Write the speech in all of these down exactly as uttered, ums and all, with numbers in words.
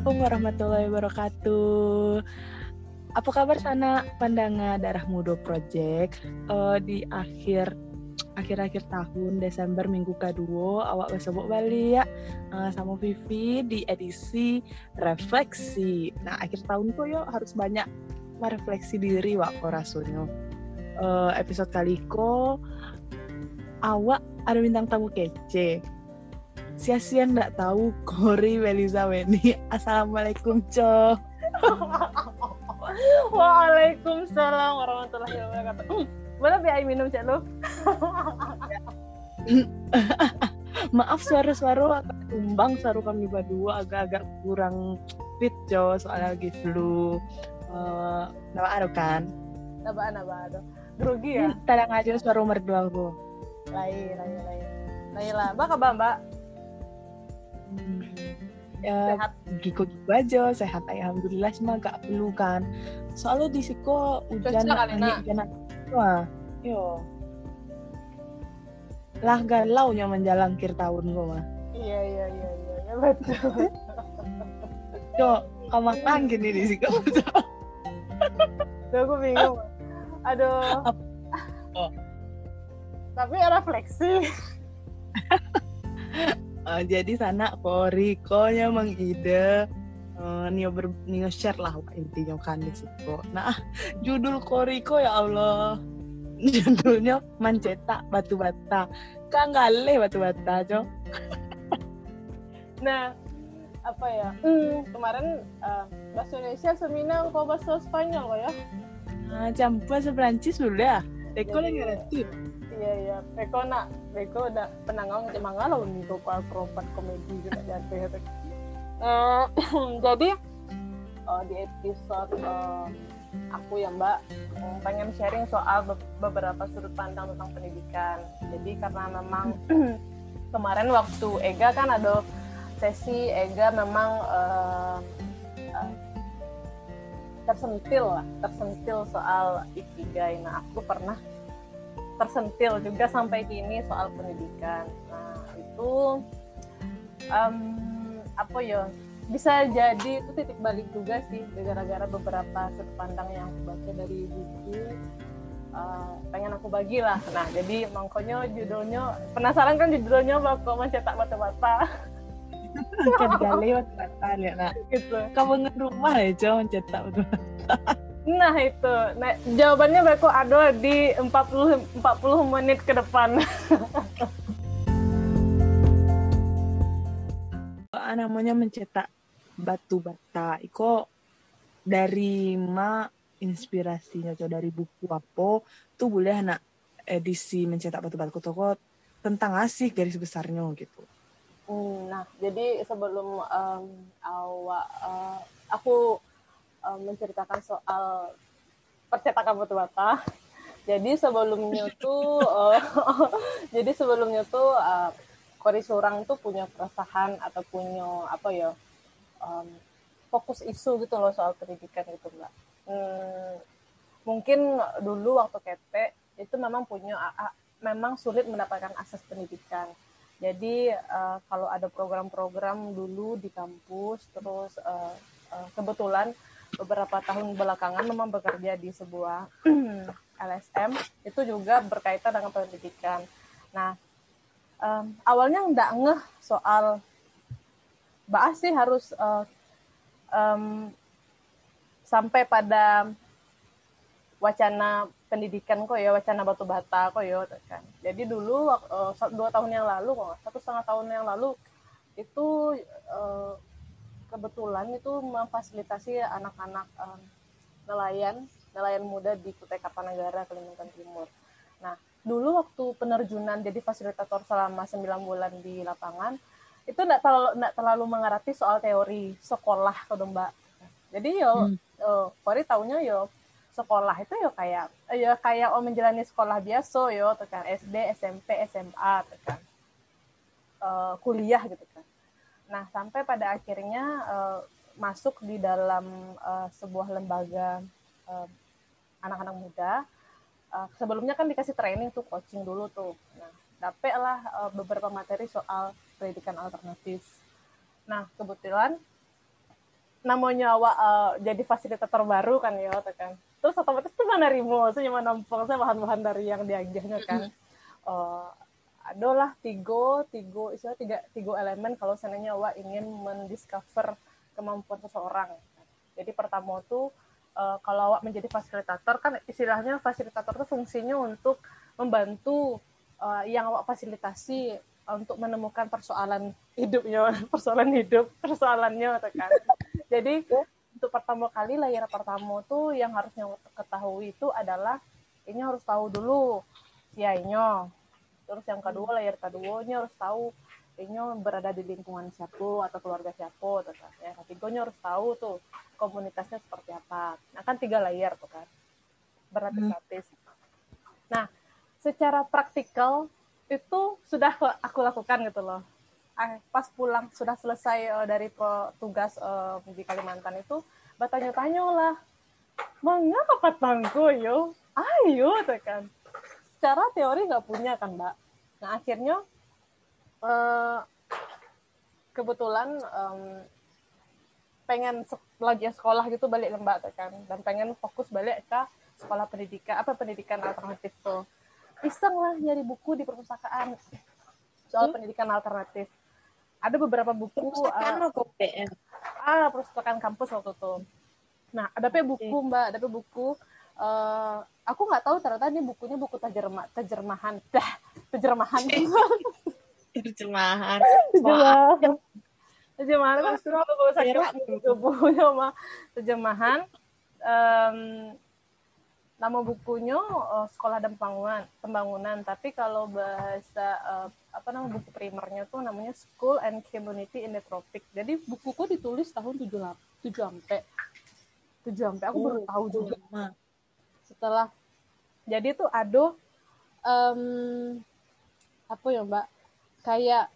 Assalamualaikum warahmatullahi wabarakatuh. Apa kabar sana pandangan Darah Muda Project? Uh, di akhir akhir-akhir tahun Desember minggu kedua awak besok Bali ya uh, sama Vivi di edisi refleksi. Nah akhir tahun tuh yo harus banyak merefleksi diri wak ko rasanya. Uh, episode kali ko awak ada bintang tamu kece. Sia-sia nggak tahu Kori Beliza Weni. Assalamualaikum Co. Waalaikumsalam warahmatullahi wabarakatuh. Boleh biar minum cak lo? Maaf suara-suara agak tumbang, suara kami berdua agak-agak kurang fit Jo, soalnya lagi flu. Uh, Nama ada kan? Naba naba ada. Grogi ya? Tadang aja suara merdu aku. Lain, lain, lain. Lain lah. Mbak kabar Mbak? Hmm. Ya, sehat giko aja, sehat alhamdulillah, cuma gak perlu kan. Soalnya di siko hujan angin hujan wah, yo. Lah galau nya menjelang akhir tahun gua mah. Iya iya iya iya ya, betul. Yo, kamu makan gini di siko. Tuh aku bingung. Aduh. Oh. Tapi refleksi. Uh, jadi sana Koriko nya mengide uh, nio ber nio share lah intinya kan di situ. Nah judul Koriko ya Allah, judulnya mencetak batu bata. Kan gale batu bata Jo. Nah apa ya? Hmm, kemarin uh, bahasa Indonesia seminar kok bahasa Spanyol kok ya? Nah, campur bahasa Perancis sudah. Eko lagi ngerti. Iya iya, Eko nak, Eko udah penanggung cuma ngalau nih kok akrobat komedi juga jatuh. Uh, jadi uh, di episode uh, aku ya Mbak um, pengen sharing soal be- beberapa sudut pandang tentang pendidikan. Jadi karena memang kemarin waktu Ega kan ada sesi Ega memang uh, uh, tersentil lah, tersentil soal ikigai. Nah aku pernah tersentil juga sampai kini soal pendidikan. Nah itu um, apa ya bisa jadi itu titik balik juga sih gara-gara beberapa sudut pandang yang aku baca dari buku uh, pengen aku bagi lah. Nah jadi makanya judulnya penasaran kan judulnya bakal mencetak bata-bata. Kan gale bata ya nak. Gitu. Kamu ngerumah ya Jo mencetak bata-bata. Nah itu, nah, jawabannya bakal ada di empat puluh menit ke depan. Namanya mencetak batu bata. Iko dari ma inspirasinya coba dari buku apa tuh boleh anak edisi mencetak batu bata toko tentang asih garis besarnya gitu. Hmm, nah jadi sebelum um, awak uh, aku menceritakan soal percetakan batu bata. Jadi sebelumnya tuh, uh, jadi sebelumnya tuh uh, Kori Surang tuh punya keresahan atau punya apa ya um, fokus isu gitu loh soal pendidikan gitu Mbak. Hmm, mungkin dulu waktu kete itu memang punya uh, memang sulit mendapatkan akses pendidikan. Jadi uh, kalau ada program-program dulu di kampus, terus uh, uh, kebetulan beberapa tahun belakangan memang bekerja di sebuah L S M itu juga berkaitan dengan pendidikan. Nah, um, awalnya nggak ngeh soal bahas sih harus uh, um, sampai pada wacana pendidikan kok ya, wacana batu bata kok ya kan. Jadi dulu uh, dua tahun yang lalu kok, satu setengah tahun yang lalu itu uh, kebetulan itu memfasilitasi anak-anak um, nelayan, nelayan muda di Kutai Kartanegara, Kalimantan Timur. Nah, dulu waktu penerjunan jadi fasilitator selama sembilan bulan di lapangan, itu enggak terlalu enggak terlalu mengerti soal teori sekolah kalau Mbak. Jadi yo, hmm. yo Kori taunya yo sekolah itu yo kayak yo kayak oh menjalani sekolah biasa yo tekan S D, S M P, S M A tekan uh, kuliah gitu kan. Nah, sampai pada akhirnya uh, masuk di dalam uh, sebuah lembaga uh, anak-anak muda. Uh, sebelumnya kan dikasih training tuh, coaching dulu tuh. Nah, dapatlah uh, beberapa materi soal pendidikan alternatif. Nah, kebetulan namanya awak uh, jadi fasilitator baru kan ya kan. Terus otomatis tuh mana rimo, saya cuma nampang saya bahan-bahan dari yang diagihnya kan. Uh, adalah tiga tiga istilah tiga tiga elemen kalau seandainya awak ingin mendiscover kemampuan seseorang. Jadi pertama tuh uh, kalau awak menjadi fasilitator kan istilahnya fasilitator itu fungsinya untuk membantu uh, yang awak fasilitasi uh, untuk menemukan persoalan hidupnya, persoalan hidup, persoalannya kan. Jadi untuk pertama kali layer pertama tuh yang harusnya ketahui itu adalah ini harus tahu dulu siainya. Terus yang kedua layer keduanya harus tahu ini berada di lingkungan siapa atau keluarga siapa atau ya ketiganya harus tahu tuh komunitasnya seperti apa. Nah kan tiga layer tuh kan berlapis-lapis. Nah secara praktikal itu sudah aku lakukan gitu loh. Pas pulang sudah selesai uh, dari tugas uh, di Kalimantan itu bertanya-tanya lah mengapa patangku yo ayo tekan secara teori nggak punya kan mbak. Nah akhirnya uh, kebetulan um, pengen lagi sekolah gitu balik ke mbak tekan dan pengen fokus balik ke sekolah pendidikan apa pendidikan alternatif tuh iseng lah nyari buku di perpustakaan soal hmm? pendidikan alternatif. Ada beberapa buku perpustakaan uh, P M. Ah, perpustakaan kampus waktu itu. Nah, ada pe buku Mbak, ada pe buku uh, aku nggak tahu ternyata ini bukunya buku terjemah terjemahan. Dah, terjemahan. terjemahan. Terjemahan. Terjemahan kan suruh aku sakit bukunya mah terjemahan. Um, nama bukunya uh, Sekolah dan Pembangunan, Pembangunan. Tapi kalau bahasa uh, apa nama buku primernya tuh namanya School and Community in the Tropic. Jadi bukuku ditulis tahun tujuh sampai tujuh sampai aku oh, baru tahu juga. Oh, setelah jadi tuh ada um, apa ya Mbak? Kayak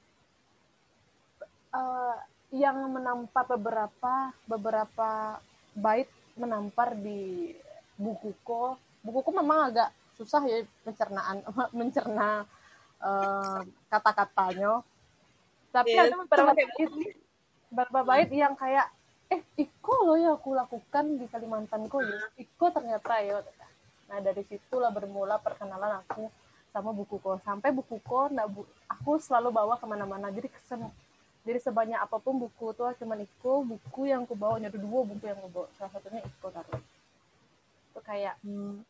uh, yang menampar beberapa beberapa bait menampar di bukuku. Bukuku memang agak susah ya pencernaan mencerna uh, kata-katanya. Tapi yeah, ada beberapa bait beberapa bait yang kayak eh iko loh ya aku lakukan di Kalimantanku ya. Iko ternyata ya. Nah, dari situlah bermula perkenalan aku sama bukuku. Sampai bukuku nah, bu, aku selalu bawa kemana-mana. Jadi kesen, jadi sebanyak apapun buku tuh cuma iko, buku yang aku bawa ada dua buku yang aku bawa. Salah satunya iko taruh. Itu kayak hmm.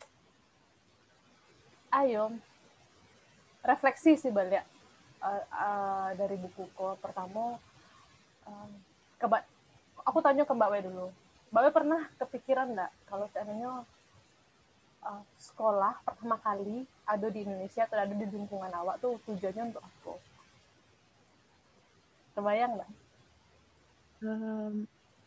ayo refleksi sih balik uh, uh, dari bukuku pertama uh, keba- aku tanya ke Mbak We dulu, Mbak We pernah kepikiran nggak kalau seandainya uh, sekolah pertama kali ada di Indonesia atau ada di lingkungan awak tuh tujuannya untuk apa? Terbayang nggak? Um,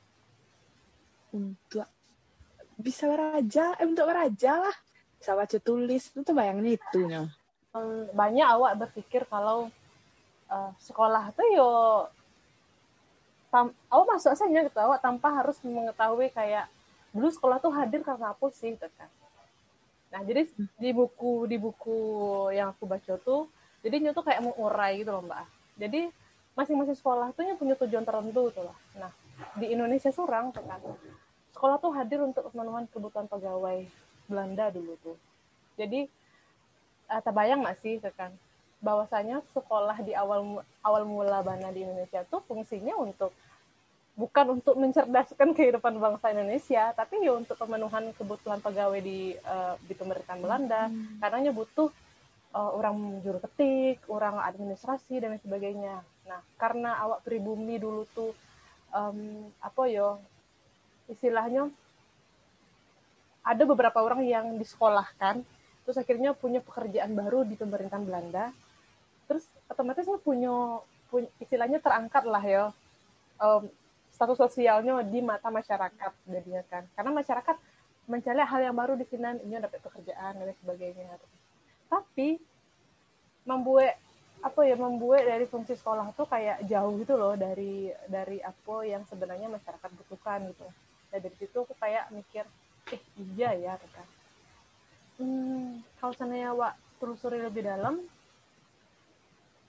untuk bisa beraja, eh untuk beraja lah, bisa baca tulis, itu tuh bayangnya itu ya. Banyak awak berpikir kalau uh, sekolah tuh yo tam, awak masuk saja gitu, awak tanpa harus mengetahui kayak dulu sekolah tuh hadir karena apa sih gitu kan. Nah jadi di buku di buku yang aku baca tuh, jadi itu tuh kayak mengurai gitu loh Mbak. Jadi masing-masing sekolah tuh punya tujuan tertentu tuh lah. Nah di Indonesia surang tuh kan, sekolah tuh hadir untuk memenuhi kebutuhan pegawai Belanda dulu tuh. Jadi uh, terbayang nggak sih kan bahwasanya sekolah di awal awal mula Bana di Indonesia tuh fungsinya untuk bukan untuk mencerdaskan kehidupan bangsa Indonesia, tapi ya untuk pemenuhan kebutuhan pegawai di uh, di pemerintahan Belanda. Hmm. Karenanya butuh uh, orang juru ketik, orang administrasi dan sebagainya. Nah, karena awak pribumi dulu tuh um, apa yo istilahnya ada beberapa orang yang disekolahkan, terus akhirnya punya pekerjaan baru di pemerintahan Belanda, terus otomatis punya, punya istilahnya terangkat lah ya. Um, status sosialnya di mata masyarakat jadinya kan, karena masyarakat mencari hal yang baru di sini, ini dapat pekerjaan dan sebagainya. Tapi membuat apa ya membuat dari fungsi sekolah tuh kayak jauh gitu loh dari dari apa yang sebenarnya masyarakat butuhkan gitu. Dan dari situ aku kayak mikir, eh iya ya kan. Hmm, kalau seandainya Wak telusuri lebih dalam,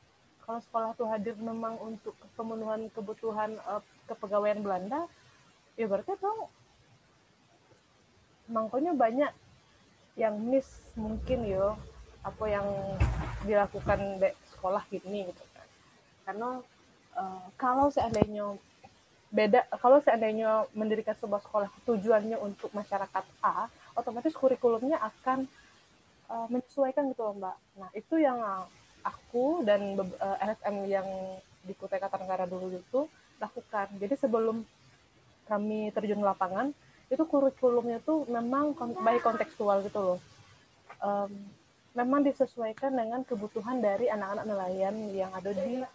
kalau sekolah tuh hadir memang untuk pemenuhan kebutuhan uh, kepegawaian Belanda, ya berarti tuh mangkonya banyak yang miss mungkin yo apa yang dilakukan di sekolah gini gitu kan. Karena uh, kalau seandainya beda, kalau seandainya mendirikan sebuah sekolah tujuannya untuk masyarakat A, otomatis kurikulumnya akan uh, menyesuaikan gitu loh Mbak. Nah itu yang aku dan uh, L S M yang di Kutai Kartanegara dulu itu lakukan. Jadi sebelum kami terjun lapangan, itu kurikulumnya tuh memang baik kontekstual gitu loh. Um, memang disesuaikan dengan kebutuhan dari anak-anak nelayan yang ada di.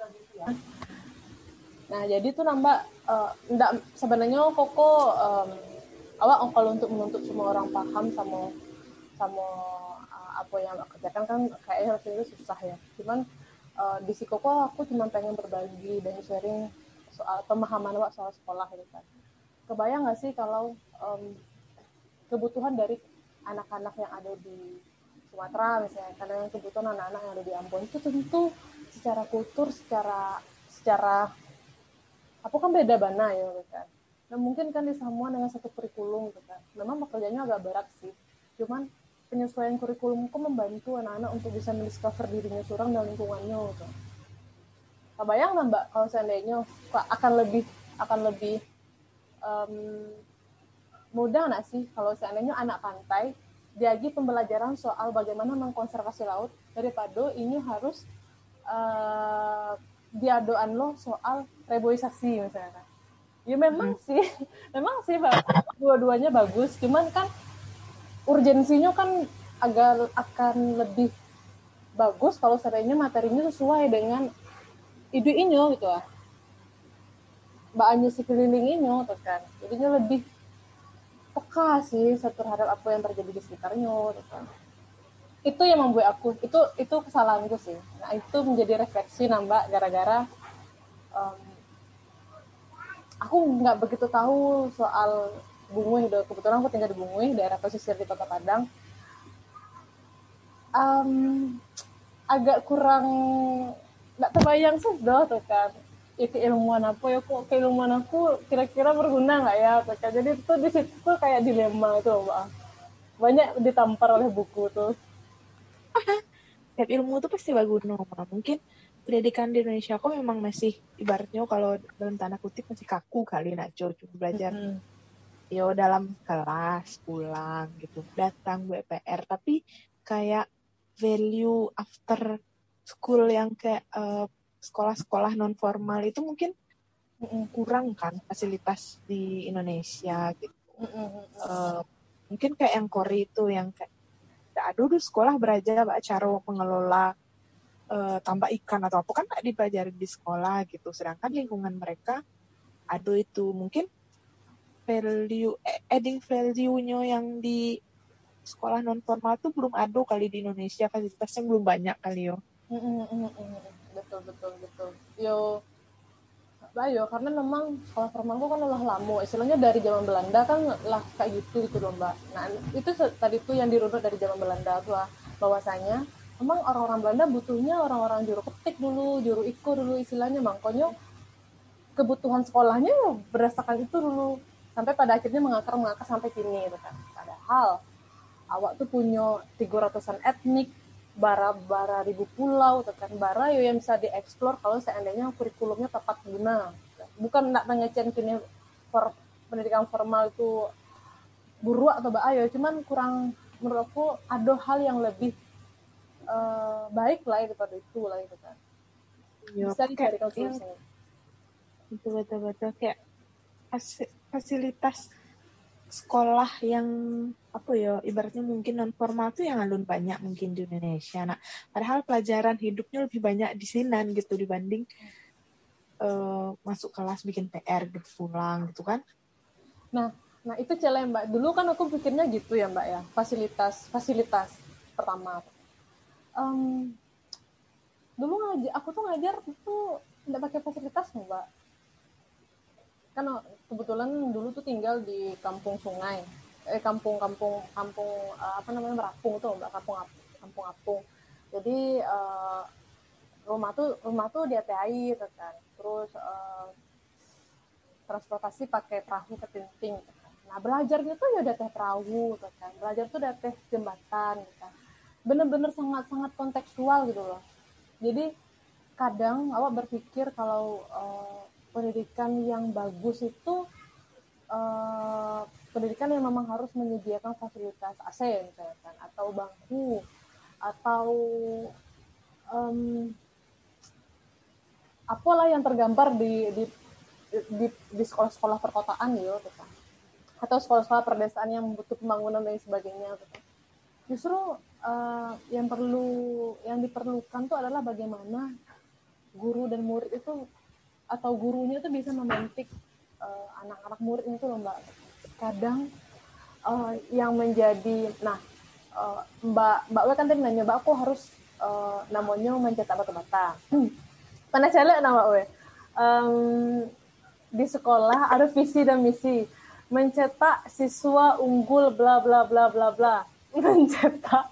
Nah jadi tuh nambah, uh, enggak sebenarnya koko um, awak kalau untuk menuntut semua orang paham sama sama uh, apa yang aku kerjakan kan kayaknya rasanya susah ya. Cuman uh, di si koko aku cuma pengen berbagi dan sharing soal pemahaman awak soal sekolah gitu kan. Kebayang nggak sih kalau um, kebutuhan dari anak-anak yang ada di Sumatera misalnya, karena yang kebutuhan anak-anak yang ada di Ambon itu tentu secara kultur, secara secara apa kan beda bana ya kan. Nah mungkin kan disambungkan dengan satu kurikulum gitu kan. Memang pekerjaannya agak berat sih. Cuman penyesuaian kurikulum itu membantu anak-anak untuk bisa mendiscover dirinya seorang dan lingkungannya gitu. Kebayang nggak Mbak kalau seandainya akan lebih akan lebih um, mudah nggak sih kalau seandainya anak pantai diagi pembelajaran soal bagaimana mengkonservasi laut daripada ini harus uh, diadoan lo soal reboisasi misalnya. Ya memang hmm. sih, memang sih dua-duanya bagus, cuman kan urgensinya kan agar akan lebih bagus kalau seandainya materinya sesuai dengan ide inyo gitu lah. Bahannya si keliling inyo tuh kan, jadinya lebih peka sih terhadap apa yang terjadi di sekitarnya gitu kan. Itu yang membuat aku, itu itu kesalahanku sih. Nah itu menjadi refleksi nambah gara-gara um, aku nggak begitu tahu soal Bunguih. Kebetulan aku tinggal di Bunguih, daerah pesisir di Kota Padang. Um, agak kurang nggak terbayang sih doh tuh kan. Ya keilmuan apa ya kok keilmuan aku kira-kira berguna nggak ya tuh kan. Jadi itu di situ kayak dilema itu Mbak. Banyak ditampar oleh buku tuh. Setiap ilmu tuh pasti berguna. Mungkin pendidikan di Indonesia kok memang masih ibaratnya kalau dalam tanda kutip masih kaku kali nak cuma belajar mm-hmm. yo dalam kelas pulang gitu datang B P R tapi kayak value after school yang kayak uh, sekolah-sekolah non formal itu mungkin mm-hmm. kurang kan fasilitas di Indonesia gitu mm-hmm. uh, mungkin kayak yang Kori itu yang kayak aduh dulu sekolah belajar cara mengelola uh, tambak ikan atau apa kan nggak dipelajari di sekolah gitu sedangkan lingkungan mereka aduh itu mungkin value adding value-nya yang di sekolah non formal tuh belum ada kali di Indonesia fasilitasnya belum banyak kali yo. Betul betul betul. Yo, bayo karena memang sekolah formal itu kan ulah lama, istilahnya dari zaman Belanda kan lah kayak gitu gitu loh Mbak. Nah itu tadi tuh yang dirunut dari zaman Belanda tuh lah, bahwasanya memang orang-orang Belanda butuhnya orang-orang juru ketik dulu, juru iko dulu istilahnya, makanya kebutuhan sekolahnya berdasarkan itu dulu. Sampai pada akhirnya mengakar-mengakar sampai kini gitu kan. Padahal awak tuh punya tiga ratusan etnik, bara-bara ribu pulau, tekan bara yo yang bisa dieksplor kalau seandainya kurikulumnya tepat guna. Bukan nak mengecen kini for, pendidikan formal itu buruk atau bahaya, cuman kurang menurut aku ada hal yang lebih uh, baik lah daripada itu lah gitu kan. Bisa dicarikan solusinya. Betul-betul kayak fasilitas sekolah yang apa ya ibaratnya mungkin non formal tuh yang alun banyak mungkin di Indonesia. Nah, padahal pelajaran hidupnya lebih banyak di sinan gitu dibanding uh, masuk kelas bikin P R gitu pulang gitu kan. Nah, nah itu celah Mbak. Dulu kan aku pikirnya gitu ya Mbak ya, fasilitas fasilitas pertama. Um, dulu ngajar, aku tuh ngajar tuh nggak pakai fasilitas Mbak. Kan kebetulan dulu tuh tinggal di kampung sungai, eh kampung-kampung kampung uh, apa namanya Merapung tuh Mbak, kampung kampung Apung. Jadi uh, rumah tuh rumah tuh di atas air kan, terus uh, transportasi pakai perahu ke Tinting. Nah belajarnya tuh ya udah teh perahu kan, belajar tuh udah teh jembatan kan. Bener-bener sangat-sangat kontekstual gitu loh. Jadi kadang awak berpikir kalau uh, pendidikan yang bagus itu uh, pendidikan yang memang harus menyediakan fasilitas A C misalnya kan, atau bangku, atau um, apalah yang tergambar di di di, di sekolah-sekolah perkotaan gitu kan, atau sekolah-sekolah perdesaan yang butuh pembangunan dan sebagainya gitu. Justru uh, yang perlu yang diperlukan tuh adalah bagaimana guru dan murid itu atau gurunya itu bisa memantik uh, anak-anak murid itu loh Mbak. Kadang uh, yang menjadi nah uh, Mbak Mbak We kan tadi nanya Mbak aku harus uh, namanya mencetak bata-bata. Hmm. Pernah cale nama We. Um, di sekolah ada visi dan misi mencetak siswa unggul bla bla bla bla bla, mencetak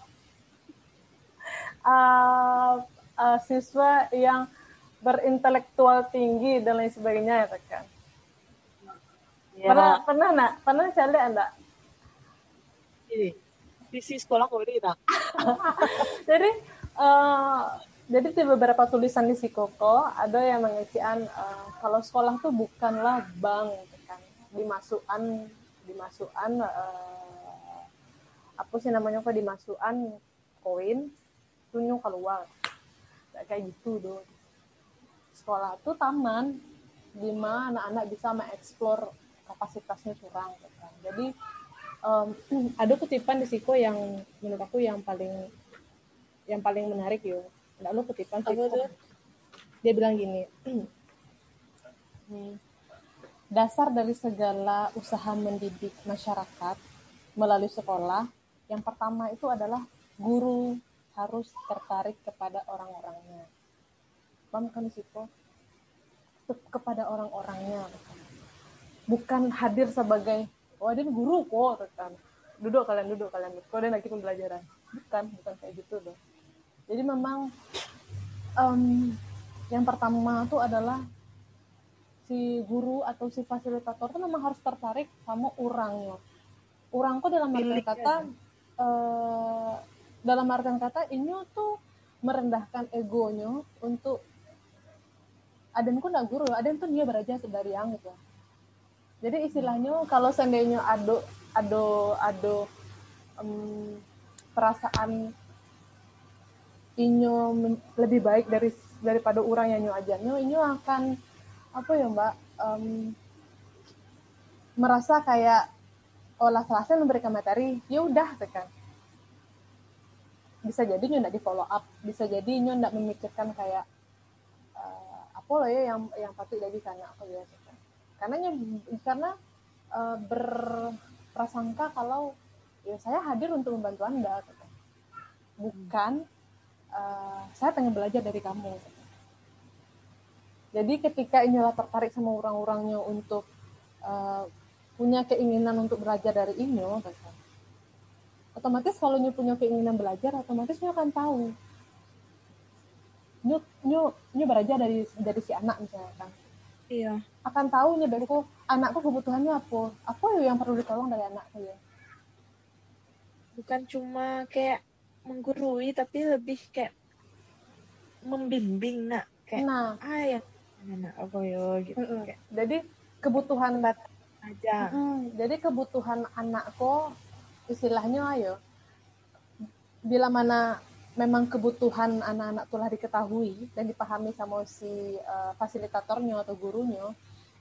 uh, uh, siswa yang berintelektual tinggi dan lain sebagainya ya kan. Ya. Pernah pernah nak pernah cale anda? Ini visi sekolah kau ini tak? Jadi uh, jadi di beberapa tulisan di Sikoko ada yang mengisian uh, kalau sekolah tuh bukanlah bank kan, dimasukan dimasukan uh, apa sih namanya kok dimasukan koin tunjuk keluar kayak gitu doh. Sekolah tuh taman di mana anak-anak bisa mengeksplor kapasitasnya curang kan. Jadi um, ada kutipan di Siko yang menurut aku yang paling yang paling menarik yo. Nggak lu kutipan Siko. Dia bilang gini. Dasar dari segala usaha mendidik masyarakat melalui sekolah, yang pertama itu adalah guru harus tertarik kepada orang-orangnya. Paham kan Siko? Kepada orang-orangnya. Bukan hadir sebagai oh dia guru kok kan. Duduk kalian duduk kalian duduk. Kok dia lagi pembelajaran. Bukan, bukan kayak gitu loh. Jadi memang um, yang pertama itu adalah si guru atau si fasilitator itu memang harus tertarik sama orangnya. Orangku dalam artian kata uh, dalam artian kata ini tuh merendahkan egonya untuk adenku nggak guru, aden tuh dia belajar dari yang gitu. Jadi istilahnya kalau seandainya ado ado ado um, perasaan inyo lebih baik dari daripada orang yang nyo ajarnya, inyo akan apa ya Mbak um, merasa kayak olah kelasnya memberikan materi, ya udah kan. Bisa jadi nyo ndak di follow up, bisa jadi nyo ndak memikirkan kayak uh, apa loh ya yang yang patut dari sana aku ya. Karena nyo, karena uh, berprasangka kalau ya saya hadir untuk membantu Anda, gitu. Bukan uh, saya pengen belajar dari kamu. Gitu. Jadi ketika inilah tertarik sama orang-orangnya untuk uh, punya keinginan untuk belajar dari Inyo, gitu. Otomatis kalau Nyo punya keinginan belajar, otomatis Nyo akan tahu. Nyo, Nyo, Nyo belajar dari dari si anak misalnya kan. Iya. Akan tahu nih dariku anakku kebutuhannya apa, apa ya yang perlu ditolong dari anakku ya. Bukan cuma kayak menggurui, tapi lebih kayak membimbing nak, kayak nah, ah yang anak apa yo gitu. Mm-mm. Kayak Jadi kebutuhan aja. Mm-mm. Jadi kebutuhan anakku istilahnya ayo. Bila mana memang kebutuhan anak-anak telah diketahui dan dipahami sama si uh, fasilitatornya atau gurunya,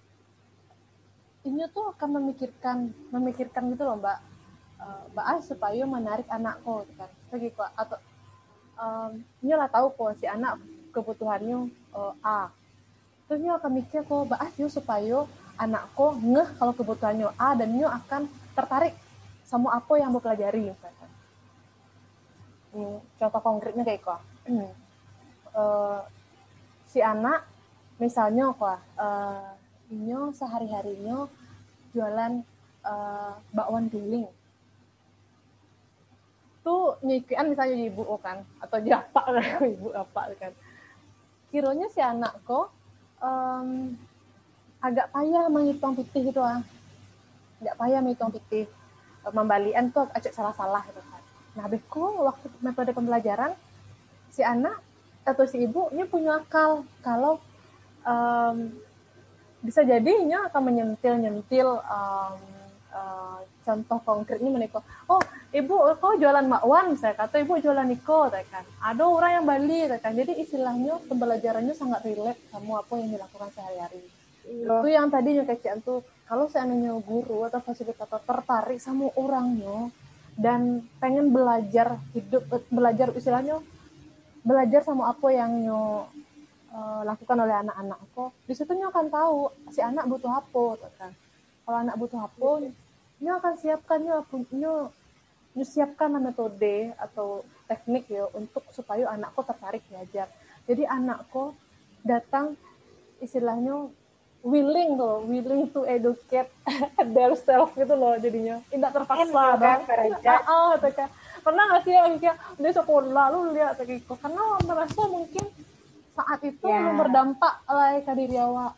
ini tuh akan memikirkan memikirkan gitu loh Mbak, uh, Mbak A supaya menarik anakku kan, lagi kok atau um, ini lah tahu kok si anak kebutuhannya uh, A, terus nyo akan mikir kok Mbak A supaya anakku ngeh kalau kebutuhannya A dan nyo akan tertarik sama apa yang mau pelajari misalkan. Hmm, contoh konkretnya kayak kok hmm. uh, si anak misalnya kok uh, inyo sehari-harinya jualan uh, bakwan guling tuh nyikian misalnya ibu kan atau japa ibu apa kan kiranya si anak kok um, agak payah menghitung pitih gitu ah. Agak payah menghitung pitih. Membalian tuh acak salah-salah gitu kan. Nah, beko waktu metode pembelajaran si anak atau si ibunya punya akal kalau um, bisa jadinya akan menyentil-nyentil um, uh, contoh konkretnya menikah. Oh, ibu kau jualan makwan, saya kata ibu jualan niko, kan. Ada orang yang Bali, kan. Jadi istilahnya pembelajarannya sangat relate sama apa yang dilakukan sehari-hari. Iya. Itu yang tadinya kecian tuh, kalau seandainya guru atau fasilitator tertarik sama orangnya dan pengen belajar hidup, belajar istilahnya belajar sama apa yang nyo uh, lakukan oleh anak-anak kok, di situ nyo akan tahu si anak butuh apa, kan. Kalau anak butuh apa, nyo akan siapkan nyo, nyo, nyo siapkan metode atau teknik ya untuk supaya anakku tertarik belajar. Jadi anakku datang istilahnya willing tuh, willing to educate themselves gitu loh jadinya. Tidak terpaksa kan ah, ah, kan. Pernah nggak sih yang kayak dia sekolah lu lihat kayak gitu, karena merasa mungkin saat itu ya. berdampak oleh ke diri awak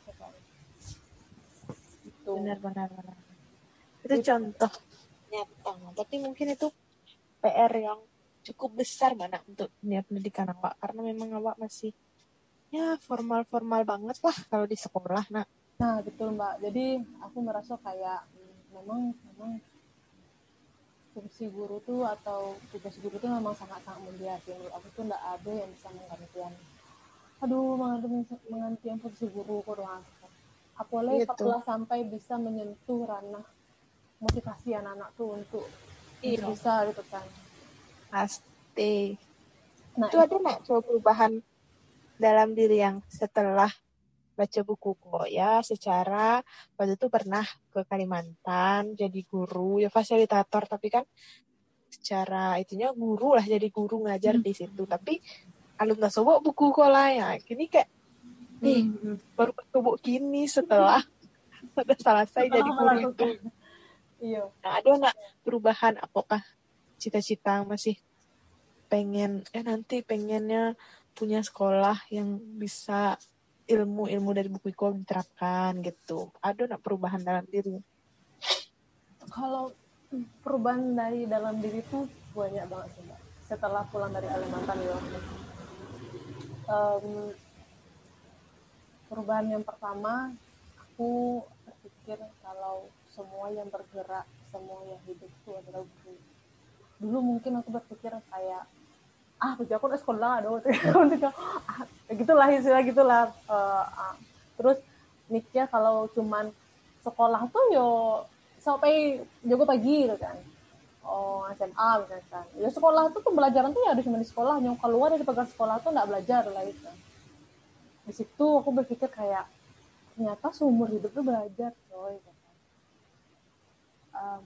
gitu. Benar-benar itu gitu. Contoh nyata, tapi mungkin itu P R yang cukup besar mana untuk dunia pendidikan awak, karena memang awak masih ya formal-formal banget lah kalau di sekolah. Nah, nah betul Mbak. Jadi aku merasa kayak memang memang fungsi guru tuh atau tugas guru tuh memang sangat-sangat mulia sih. Menurut aku tuh nggak ada yang bisa menggantikan. Aduh, menggantikan fungsi guru kok doang. Apalagi gitu. Kalau sampai bisa menyentuh ranah motivasi anak-anak tuh untuk, iya. untuk bisa gitu kan. Pasti. Nah, itu, itu ada nggak coba perubahan dalam diri yang setelah baca buku kok ya, secara waktu itu pernah ke Kalimantan jadi guru ya, fasilitator, tapi kan secara itunya guru lah, jadi guru ngajar hmm. di situ, tapi alumni sobok buku kok lah ya, kini kayak nih hmm. baru sobok kini setelah sudah selesai setelah jadi guru itu. Iya. Nah, ada nggak perubahan, apakah cita-cita masih pengen eh nanti pengennya punya sekolah yang bisa ilmu-ilmu dari buku Iko diterapkan gitu. Ada nggak perubahan dalam diri? Kalau perubahan dari dalam diri tuh banyak banget sih Mbak. Setelah pulang dari Kalimantan ya. Um, perubahan yang pertama, aku berpikir kalau semua yang bergerak, semua yang hidup itu adalah guru. Dulu mungkin aku berpikir kayak ah kerja aku udah sekolah aduh ah, gitulah istilah gitulah uh, uh. Terus mikir kalau cuman sekolah tuh yo sampai jago pagi gitu kan, oh S M A misalkan ya sekolah tuh pembelajaran tuh ya ada cuma di sekolah, yang keluar dari pagar sekolah tuh nggak belajar lah itu. Di situ aku berpikir kayak ternyata seumur hidup tuh belajar coy. Um,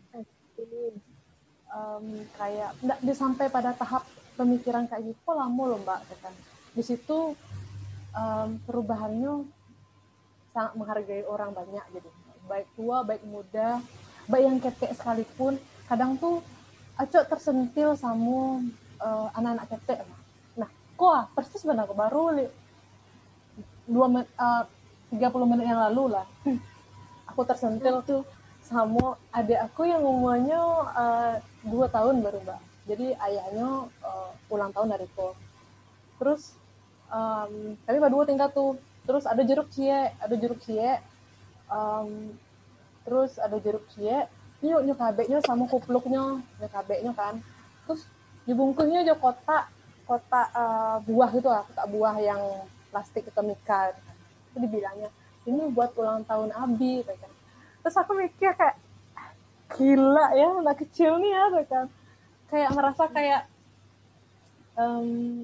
um, kayak nggak sampai pada tahap pemikiran kayak gitu kok lama loh Mbak kan. Di situ um, perubahannya sangat menghargai orang banyak gitu, baik tua baik muda, baik yang ketek sekalipun kadang tuh acok tersentil sama uh, anak-anak ketek. Nah kok persis benar baru dua men, uh, tiga puluh menit yang lalu lah aku tersentil tuh sama adik aku yang umurnya uh, dua tahun baru Mbak. Jadi ayahnya uh, ulang tahun dari ko. Terus um, kami berdua tinggal tuh. Terus ada jeruk cie, ada jeruk cie. Um, terus ada jeruk cie. Nyuk nyuk kabeknya sama kupluknya, nyuk kabeknya kan. Terus dibungkusnya aja kotak kotak uh, buah gitu lah, kotak buah yang plastik kemikal. Itu dibilangnya ini buat ulang tahun Abi, kan. Terus aku mikir kayak gila ya anak kecil nih ya, kan. Kayak merasa kayak um,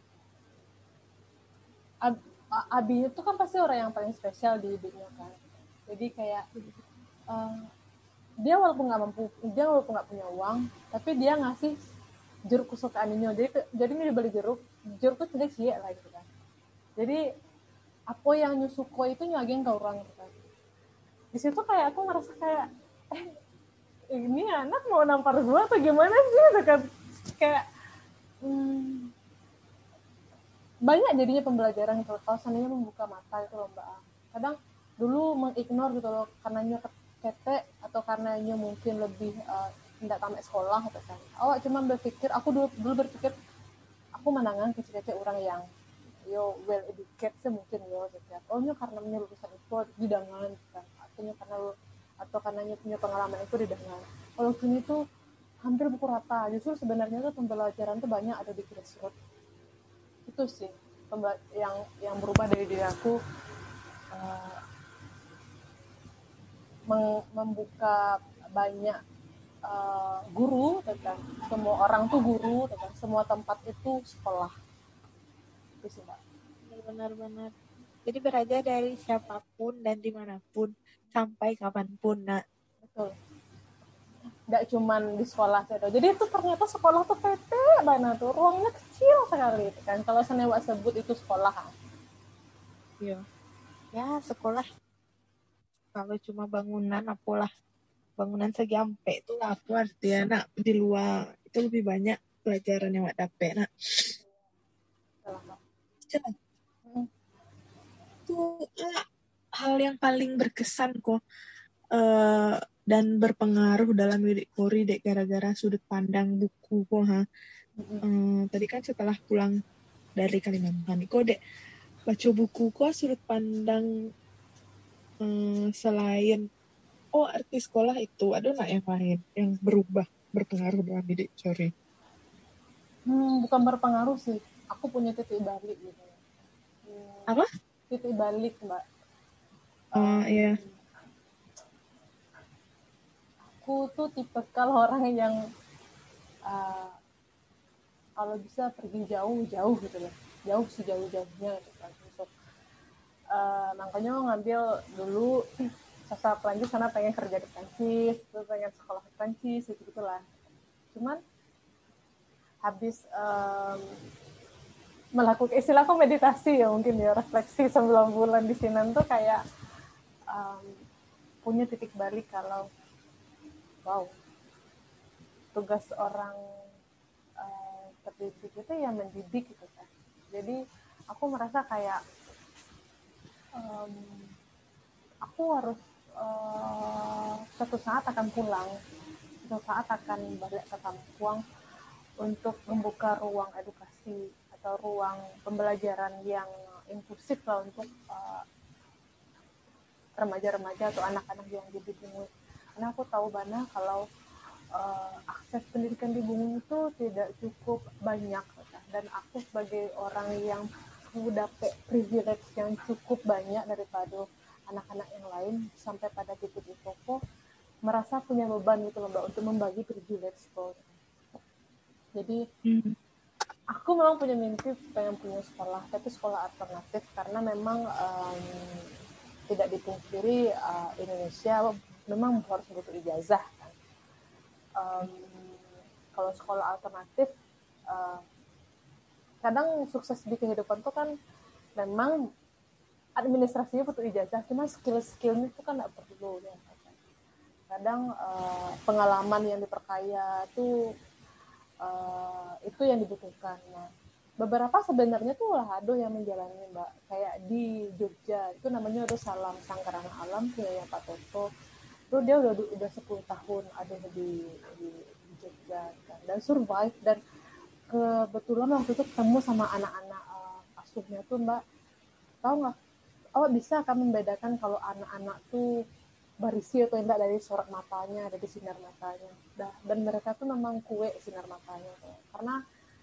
Ab, Abi itu kan pasti orang yang paling spesial di hidupnya kan. Jadi kayak uh, dia walaupun nggak mampu, dia walaupun nggak punya uang, tapi dia ngasih jeruk kesukaannya. Jadi jadi dia beli jeruk, jeruk itu tidak sia lah gitu kan. Jadi apa yang nyusuko itu nyageng ke orang gitu kan. Di situ kayak aku merasa kayak eh ini anak mau nampar gua atau gimana sih gitu kan. Kayak hmm, banyak jadinya pembelajaran gitu kalau seandainya membuka mata itu loh Mbak. Kadang dulu mengignore gitu loh karenanya ketek atau karenanya mungkin lebih uh, tidak tamat sekolah gitu kan. Awak cuma berpikir, aku dulu, dulu berpikir aku menangan kecil-kecil orang yang yo well educated sih mungkin yo gitu ya. Oh karena lulusan itu di dengan gitu kan. Artinya karena atau karenanya punya pengalaman itu di dengan. Kalau kini tuh hampir pukul rata. Justru sebenarnya tuh pembelajaran tuh banyak ada di grassroots. Itu sih yang yang berubah dari diri aku uh, membuka banyak uh, guru, kan? Semua orang tuh guru, kan? Semua tempat itu sekolah. Itu sih Mbak. Benar-benar. Jadi belajar dari siapapun dan dimanapun sampai kapanpun, nak. Betul. Nggak cuman di sekolah saja. Jadi itu ternyata sekolah tuh tete banget tuh, ruangnya kecil sekali kan. Kalau senewa sebut itu sekolah. Iya. Ya sekolah kalau cuma bangunan apalah bangunan segi ampe itu aku artinya nak di luar itu lebih banyak pelajaran yang wak dapet nak. Coba. Hmm. Itu uh, hal yang paling berkesan kok uh, dan berpengaruh dalam diri Kori dek gara-gara sudut pandang buku kok ha. Mm-hmm. Uh, tadi kan setelah pulang dari Kalimantan kok dek baca buku kok sudut pandang uh, selain oh arti sekolah itu ada nggak yang lain yang berubah berpengaruh dalam diri Kori? Hmm, bukan berpengaruh sih, aku punya titik balik gitu. Hmm, apa? Titik balik Mbak. Oh uh, iya. Aku tuh tipikal orang yang uh, kalau bisa pergi jauh-jauh gitu loh, jauh sejauh-jauhnya gitu kan. Untuk uh, makanya ngambil dulu sasa Prancis karena pengen kerja di Prancis, terus pengen sekolah di Prancis gitu gitulah. Cuman habis um, melakukan istilah aku meditasi ya mungkin ya refleksi sembilan bulan di sini tuh kayak um, punya titik balik kalau wow tugas orang uh, terdidik itu ya mendidik gitu kan. Jadi aku merasa kayak um, aku harus uh, suatu saat akan pulang, suatu saat akan balik ke kampung untuk membuka ruang edukasi atau ruang pembelajaran yang inklusif lah untuk uh, remaja-remaja atau anak-anak yang di Bungu. Karena aku tahu banget kalau uh, akses pendidikan di Bungu itu tidak cukup banyak, dan aku sebagai orang yang udah privilege yang cukup banyak daripada anak-anak yang lain sampai pada titik itu kok merasa punya beban gitu loh Mbak untuk membagi privilege kok. Jadi hmm. aku memang punya mimpi pengen punya sekolah, tapi sekolah alternatif karena memang um, tidak dipungkiri uh, Indonesia memang harus butuh ijazah kan. Um, kalau sekolah alternatif uh, kadang sukses di kehidupan tuh kan memang administrasinya butuh ijazah, cuma skill-skillnya itu kan nggak perlu ya. Kadang uh, pengalaman yang diperkaya tuh uh, itu yang dibutuhkan. Nah, beberapa sebenarnya tuh lah ada yang menjalani Mbak, kayak di Jogja itu namanya ada Salam Sangkarana Alam punya Pak Toto. Terus dia udah udah sepuluh tahun ada di, di, di Jogja kan, dan survive, dan kebetulan waktu itu ketemu sama anak-anak uh, asuhnya tuh Mbak, tahu nggak? Oh bisa kan membedakan kalau anak-anak tuh berisi atau enggak dari sorot matanya, dari sinar matanya. Dan mereka tuh memang kue sinar matanya. Karena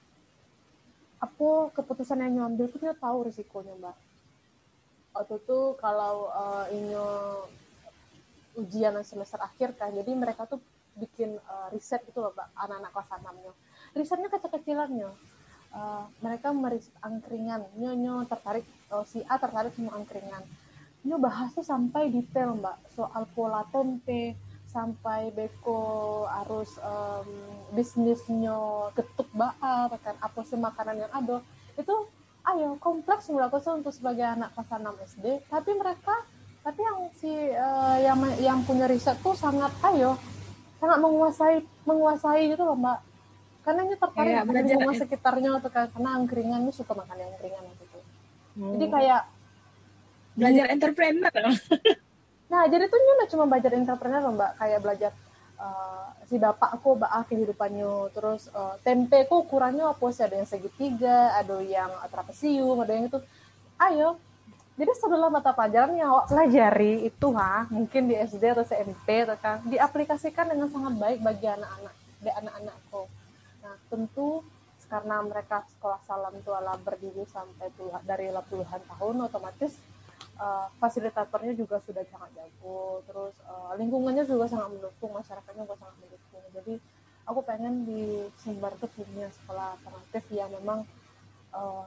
aku keputusan yang nyambil tuh dia tahu risikonya Mbak. Waktu itu kalau uh, ini ujian semester akhir kan, jadi mereka tuh bikin uh, riset gitu loh Mbak, anak-anak kelas enam-nya. Risetnya kecil-kecilannya. Uh, mereka meriset angkringan, nyonya tertarik, uh, si A tertarik sama angkringan. Nyo bahasnya sampai detail Mbak, soal pola tempe, sampai beko harus um, bisnisnya ketuk bakar, kan apa sih makanan yang ada. Itu ayo kompleks Mbak aku untuk sebagai anak kelas enam S D, tapi mereka, tapi yang si uh, yang yang punya riset tuh sangat ayo, sangat menguasai menguasai gitu loh Mbak. Karena ini tertarik Kayak di belajar lingkungan eh, sekitarnya tuh kan, karena angkringan ini suka makan yang angkringan gitu. Jadi oh, kayak di belajar entrepreneur. nah jadi tuh nyoba cuma belajar entrepreneur loh, Mbak, kayak belajar uh, si bapak aku bah kehidupannya, terus uh, tempe ku ukurannya apa sih, ada yang segitiga, ada yang trapesium, ada yang itu. Ayo, jadi setelah mata pelajaran yang awak pelajari itu ha, mungkin di S D atau S M P atau kan, diaplikasikan dengan sangat baik bagi anak-anak, di anak-anakku. Nah, tentu karena mereka sekolah salam itu adalah berdiri sampai puluh, dari puluhan tahun, otomatis uh, fasilitatornya juga sudah sangat jago, terus uh, lingkungannya juga sangat mendukung, masyarakatnya juga sangat mendukung. Jadi aku pengen di Sumbar itu punya sekolah alternatif yang memang uh,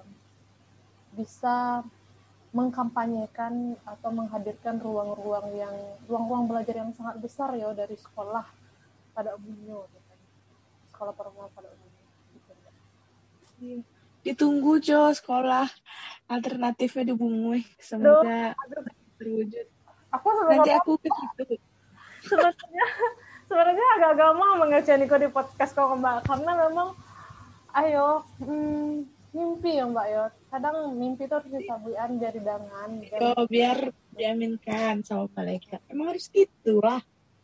bisa mengkampanyekan atau menghadirkan ruang-ruang yang ruang-ruang belajar yang sangat besar ya dari sekolah pada umumnya, gitu. Sekolah formal pada umumnya. Gitu. Ditunggu Jo sekolah alternatifnya di Bungui. Aduh, Semoga aduh, terwujud. aku Nanti sebenarnya aku ke situ. sebenarnya sebenarnya agak-agak mau mengajak Niko di podcast kok Mbak, karena memang ayo hmm, mimpi ya Mbak ya. Kadang mimpi itu harus disabuian jari dangan dan Yo, biar diaminkan sama malaikat. Emang harus gitu lah.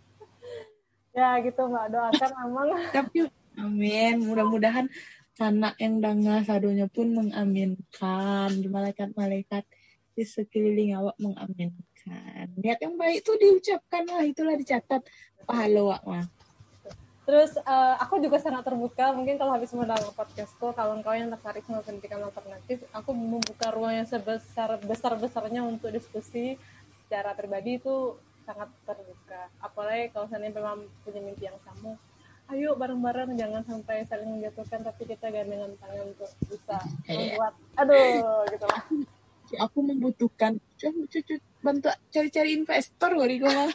ya gitu Mbak, doakan memang. Tapi amin. Mudah-mudahan anak yang danga sadonya pun mengaminkan. Di malaikat-malaikat di sekeliling awak mengaminkan. Niat yang baik itu diucapkan lah. Itulah dicatat pahala awak mah. Terus uh, aku juga sangat terbuka, mungkin kalau habis mendengar podcastku, kawan-kawan yang tertarik sama pendidikan alternatif, aku membuka ruang yang sebesar besar-besarnya untuk diskusi secara pribadi, itu sangat terbuka. Apalagi kalau misalnya memang punya mimpi yang sama, ayo bareng-bareng, jangan sampai saling menjatuhkan, tapi kita gandengan tangan untuk bisa membuat, aduh gitu lah. Aku membutuhkan, cucu bantu cari-cari investor kali gue mah.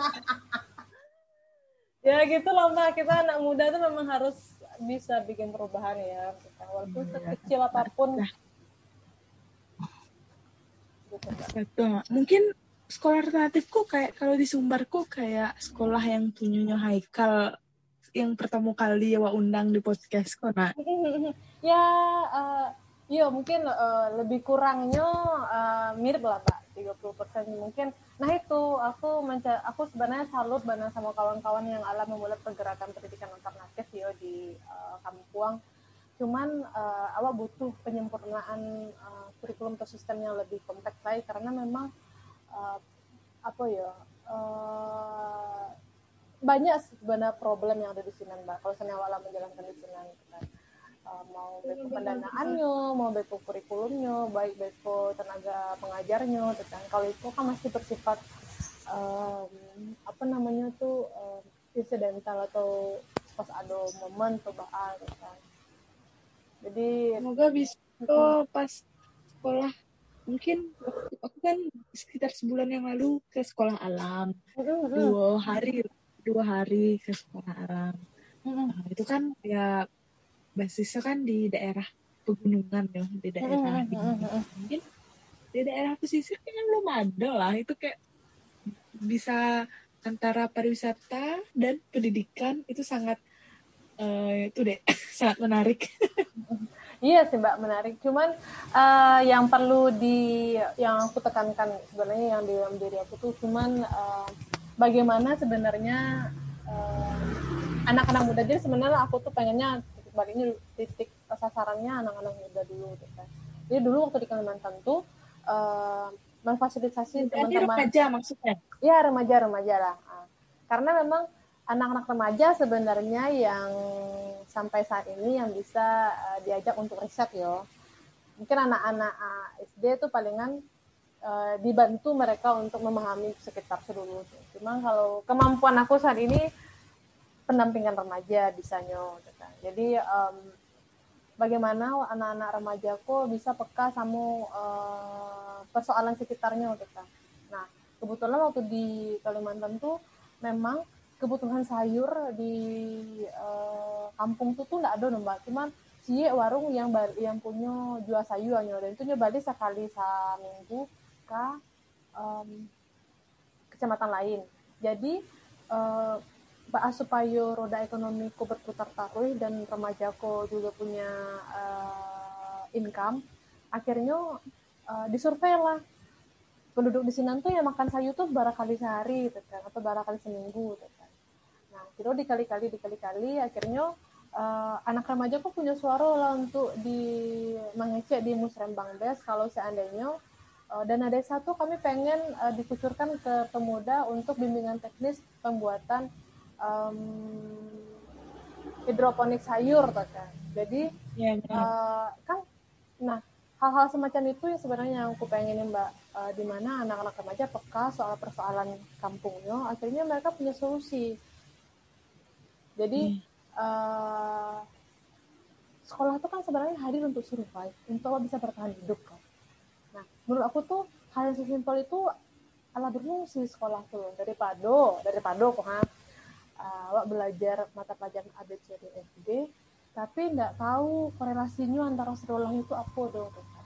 Ya gitu loh Mbak, kita anak muda tuh memang harus bisa bikin perubahan ya, walaupun sekecil apapun. Gitu, Betul. Mungkin sekolah alternatifku kayak kalau di Sumbarku kayak sekolah yang punyanya Haikal yang pertama kali ya undang di podcast kok nah. Ya, uh, iya mungkin uh, lebih kurangnya uh, mirip lah Pak, tiga puluh persen mungkin. Nah itu aku menca- aku sebenarnya salut banget sama kawan-kawan yang alam memulai pergerakan pendidikan alternatif ya di uh, Kampuang. Cuman uh, awak butuh penyempurnaan uh, kurikulum atau sistem yang lebih kompleks lagi, karena memang uh, apa ya uh, banyak sebenarnya problem yang ada di sini Mbak. Kalau misalnya awak menjalankan di sini kan. Uh, mau baik pendanaannya, mau baik kurikulumnya, baik baik tenaga pengajarnya, tentang kalau itu kan masih bersifat um, apa namanya tuh um, insidental atau pas ada momen perubahan kan. Jadi semoga bisa uh, pas sekolah mungkin aku kan sekitar sebulan yang lalu ke sekolah alam uh, dua hari dua hari ke sekolah alam. uh, Nah, itu kan ya basisnya kan di daerah pegunungan ya, di daerah dingin. Mungkin di daerah pesisir kan belum ada lah. Itu kayak bisa antara pariwisata dan pendidikan itu sangat uh, itu deh sangat menarik. Iya sih Mbak, menarik. Cuman uh, yang perlu di yang aku tekankan sebenarnya yang di dalam diri aku tuh cuman uh, bagaimana sebenarnya uh, anak-anak muda. Jadi sebenarnya aku tuh pengennya titik baliknya titik sasarannya anak-anak muda dulu gitu kan. Jadi dulu waktu di Kalimantan tuh uh, memfasilitasi teman-teman. Remaja maksudnya? Iya remaja-remaja lah. Nah, karena memang anak-anak remaja sebenarnya yang sampai saat ini yang bisa uh, diajak untuk riset yo. Mungkin anak-anak uh, S D itu palingan uh, dibantu mereka untuk memahami sekitar dulu. Cuma kalau kemampuan aku saat ini pendampingan remaja bisanya. Jadi um, bagaimana anak-anak remajaku bisa peka sama uh, persoalan sekitarnya kita. Nah, kebetulan waktu di Kalimantan tuh memang kebutuhan sayur di uh, kampung tuh tuh nggak ada Mbak. Cuman sih warung yang yang punya jual sayurnya dan itu nyoba sekali seminggu ke um, kecamatan lain. Jadi uh, supaya roda ekonomiku berputar tarui dan remajaku juga punya uh, income, akhirnya uh, disurvei lah penduduk di sini tuh yang makan sayur tuh berapa kali sehari gitu kan, atau berapa kali seminggu gitu kan. Nah, kira dikali-kali dikali-kali akhirnya uh, anak remaja kok punya suara lah untuk di mengecek di Musrembang Des kalau seandainya uh, dana desa tuh kami pengen uh, dikucurkan ke pemuda untuk bimbingan teknis pembuatan um, hidroponik sayur kan. Jadi ya, uh, kan nah hal-hal semacam itu yang sebenarnya yang aku pengenin Mbak, uh, di mana anak-anak remaja peka soal persoalan kampungnya, akhirnya mereka punya solusi. Jadi hmm. uh, sekolah itu kan sebenarnya hadir untuk survive, untuk lo bisa bertahan hidup kan. Nah, menurut aku tuh hal yang sesimpel itu ala berfungsi sekolah tuh daripada daripada kok ha uh, belajar mata pelajaran A B C D F G tapi nggak tahu korelasinya antara sekolahnya itu apa dong.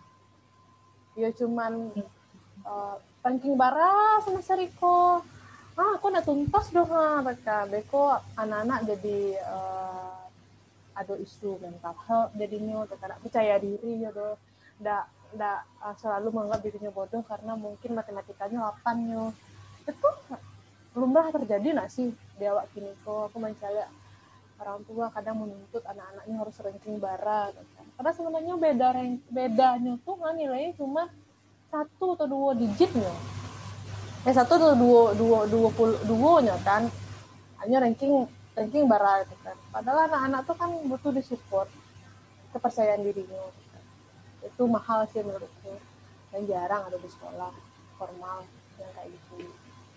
Ya cuman uh, ranking bara sama Seriko. Ah, aku nak tuntas dong ha mereka. Beko anak-anak jadi uh, ada isu mental health jadinya tidak percaya diri gitu. Nggak nggak uh, selalu menganggap dirinya bodoh karena mungkin matematikanya delapan yo. Itu lumrah terjadi nggak sih di awak kini kok aku mencari orang tua kadang menuntut anak-anaknya harus ranking bara gitu. Karena sebenarnya beda rank, bedanya tuh kan nilainya cuma satu atau dua digitnya. Eh satu atau dua dua dua puluh duonya kan hanya ranking ranking bara gitu kan. Padahal anak-anak tuh kan butuh disupport kepercayaan dirinya. Gitu. Itu mahal sih menurutku dan jarang ada di sekolah formal yang kayak gitu.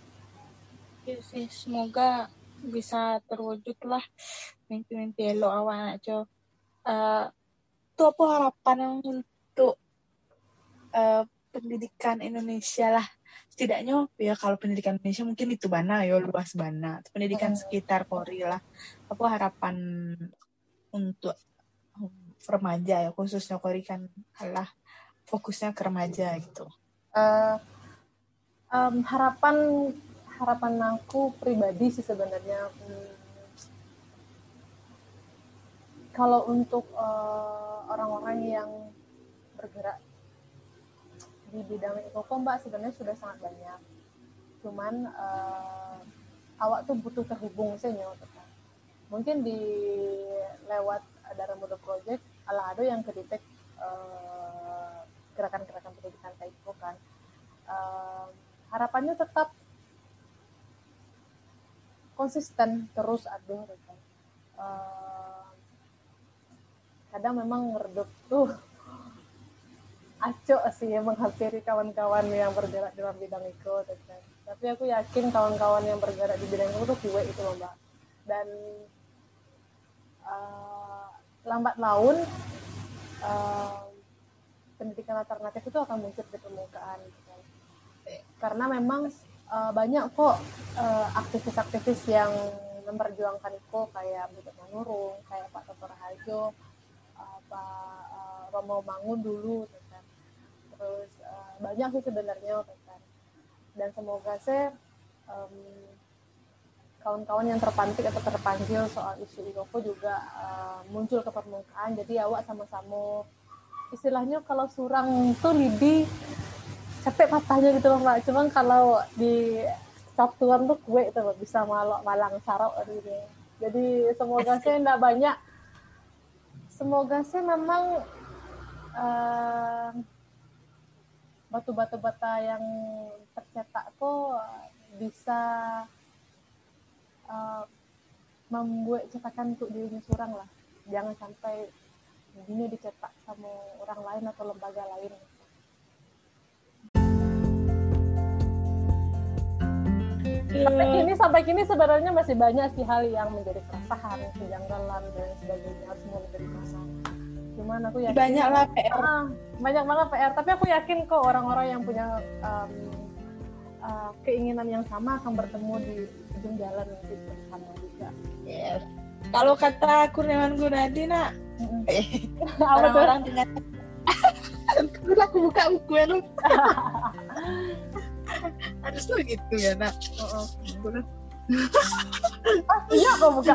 Ya sih, semoga bisa terwujud lah mimpi-mimpi lo awal aja. Uh, itu apa harapan untuk uh, pendidikan Indonesia lah, setidaknya ya kalau pendidikan Indonesia mungkin itu bana ya luas bana, pendidikan hmm. sekitar Kori lah, apa harapan untuk remaja ya khususnya Kori kan alah fokusnya ke remaja gitu. Uh, um, harapan harapan aku pribadi sih sebenarnya hmm, kalau untuk uh, orang-orang yang bergerak di bidang itu kok Mbak sebenarnya sudah sangat banyak. Cuman uh, awak tuh butuh terhubung saja kan. Mungkin di lewat Darah Muda Project ala ada yang kedetek uh, gerakan-gerakan pendidikan kayak itu kan. Uh, harapannya tetap konsisten terus ada gitu. Uh, kadang memang ngeredup tuh acok sih ya menghampiri kawan-kawan yang bergerak dalam bidang itu gitu. Tapi aku yakin kawan-kawan yang bergerak di bidang itu tuh kiwe itu Mbak. Dan uh, lambat laun uh, pendidikan alternatif itu akan muncul di permukaan gitu. Karena memang Uh, banyak kok uh, aktivis-aktivis yang memperjuangkan itu kayak Butet Manurung, kayak Pak Toto Raharjo, uh, Pak uh, Romo Mangun dulu, kan. Terus uh, banyak sih sebenarnya, kan. Dan semoga saya um, kawan-kawan yang terpantik atau terpanggil soal isu Ikopo juga uh, muncul ke permukaan. Jadi awak sama-sama istilahnya kalau surang tuh lidi capek patahnya gitu loh Mbak. Cuman kalau di satuan tuh kue itu bisa malok malang sarok gitu. Jadi semoga saya enggak banyak. Semoga saya memang uh, batu-batu bata yang tercetak tuh bisa uh, membuat cetakan untuk dirinya surang lah. Jangan sampai ini dicetak sama orang lain atau lembaga lain. Sampai kini sampai kini sebenarnya masih banyak sih hal yang menjadi keresahan, kejanggalan dan sebagainya, semua menjadi keresahan. Cuman aku yakin banyak lah P R. Ah, banyak banget P R. Tapi aku yakin kok orang-orang yang punya um, uh, keinginan yang sama akan bertemu di ujung jalan nanti bersama juga. Yes. Kalau kata Kurniawan Gunadi nak, mm-hmm. orang-orang dengan aku buka buku lu. Harus lo gitu ya nak. Uh-uh. Ah, iya kok bukan.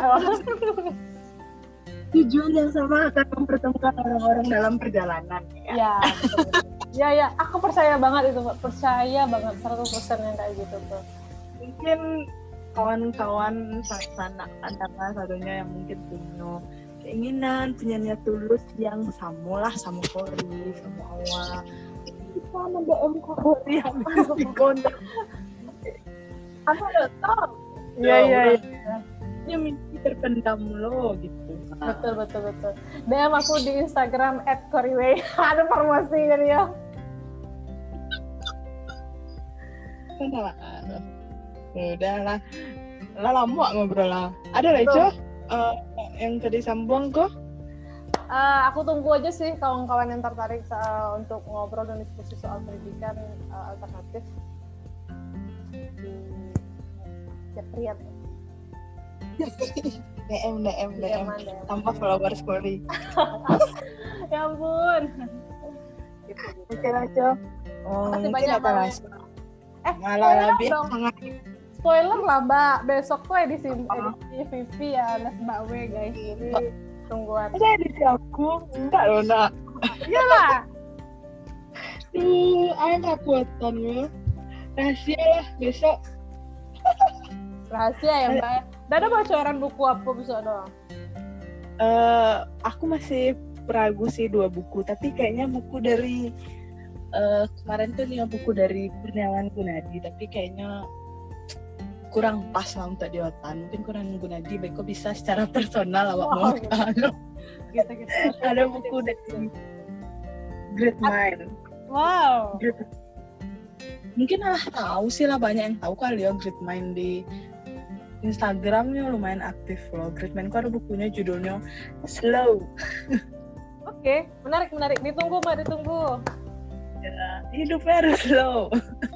Tujuan yang sama akan mempertemukan orang-orang dalam perjalanan. Ya. Ya, ya, ya, aku percaya banget itu, Mbak. Percaya banget seratus persen yang kayak gitu tuh. Mungkin kawan-kawan sana antara satunya yang mungkin punya keinginan, punya niat tulus yang sama lah sama Kori, sama Awa. Sama D M Kori yang di kontak. Apa lo tau? Iya, iya, iya. Ini mimpi terpendam lo gitu. Betul, betul, betul. D M aku di Instagram at koriway. Ada promosi kan ya. Kenapa? Udah lah. Lah lama ngobrol lah. Ada lah, Ico? Uh, yang tadi sambung kok? Uh, aku tunggu aja sih kawan-kawan yang tertarik uh, untuk ngobrol dan diskusi soal pendidikan uh, alternatif di Cepriat. D M, D M, D M. Tanpa followers Kori. Ya ampun. Gitu, gitu. Oke lah, Cok. Oh, Makasih mungkin banyak, ada Mbak. lah. Eh, malah lebih dong. sangat. Spoiler lah, Mbak. Besok tuh edisi edisi Vivi ya, Les Mbak W, guys. Jadi tungguan. Ada edisi aku? Enggak loh, nak. Iyalah. Duh, ayam rapuatan ya. Rahasia lah besok. Rahasia ya, Mbak. Dan ada bocoran buku apa besok dong? Uh, aku masih ragu sih dua buku, tapi kayaknya buku dari uh, kemarin tuh nih buku dari Kurniawan Gunadi, tapi kayaknya kurang pas lah untuk di Otan. Mungkin kurang Gunadi, Beko bisa secara personal awak Wow, mau gitu. tahu. Gitu-gitu. Ada buku dari Great Mind. Wow. Great. Mungkin lah tahu sih lah, banyak yang tahu kali ya Great Mind di Instagramnya lumayan aktif loh. Great Mind kok ada bukunya judulnya Slow. Oke, menarik menarik. Ditunggu Mbak, ditunggu. Ya, hidupnya harus slow.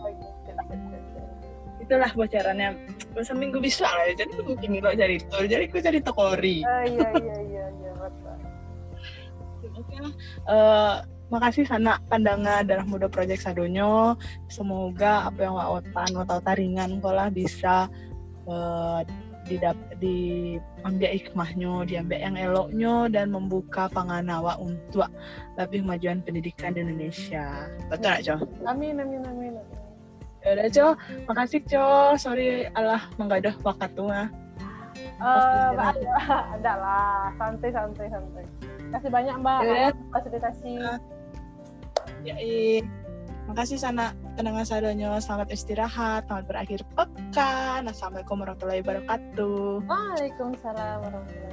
Itulah bocorannya. Seminggu bisa lah, jadi mungkin lo cari itu, jadi aku cari Kori. Oh iya iya iya iya betul. Oke lah. Uh, makasih Sana Pandangan Darah Muda Project Sadonyo. Semoga apa yang waotan atau taringan kolah bisa uh, didap diambil hikmahnya, diambil yang eloknya dan membuka panganawa untuk lebih majuan pendidikan di Indonesia. Betul nggak, Co? Amin amin amin. Ya udah, Co. Makasih, Co. Sorry alah menggadah waktu mah. Eh, ada, ada lah. Santai santai santai. Kasih banyak Mbak. Ya, Fasilitasi. Ya, makasih Sana Pandangan Sadonyo. Selamat istirahat, selamat berakhir pekan. Assalamualaikum warahmatullahi wabarakatuh. Waalaikumsalam warahmatullahi wabarakatuh.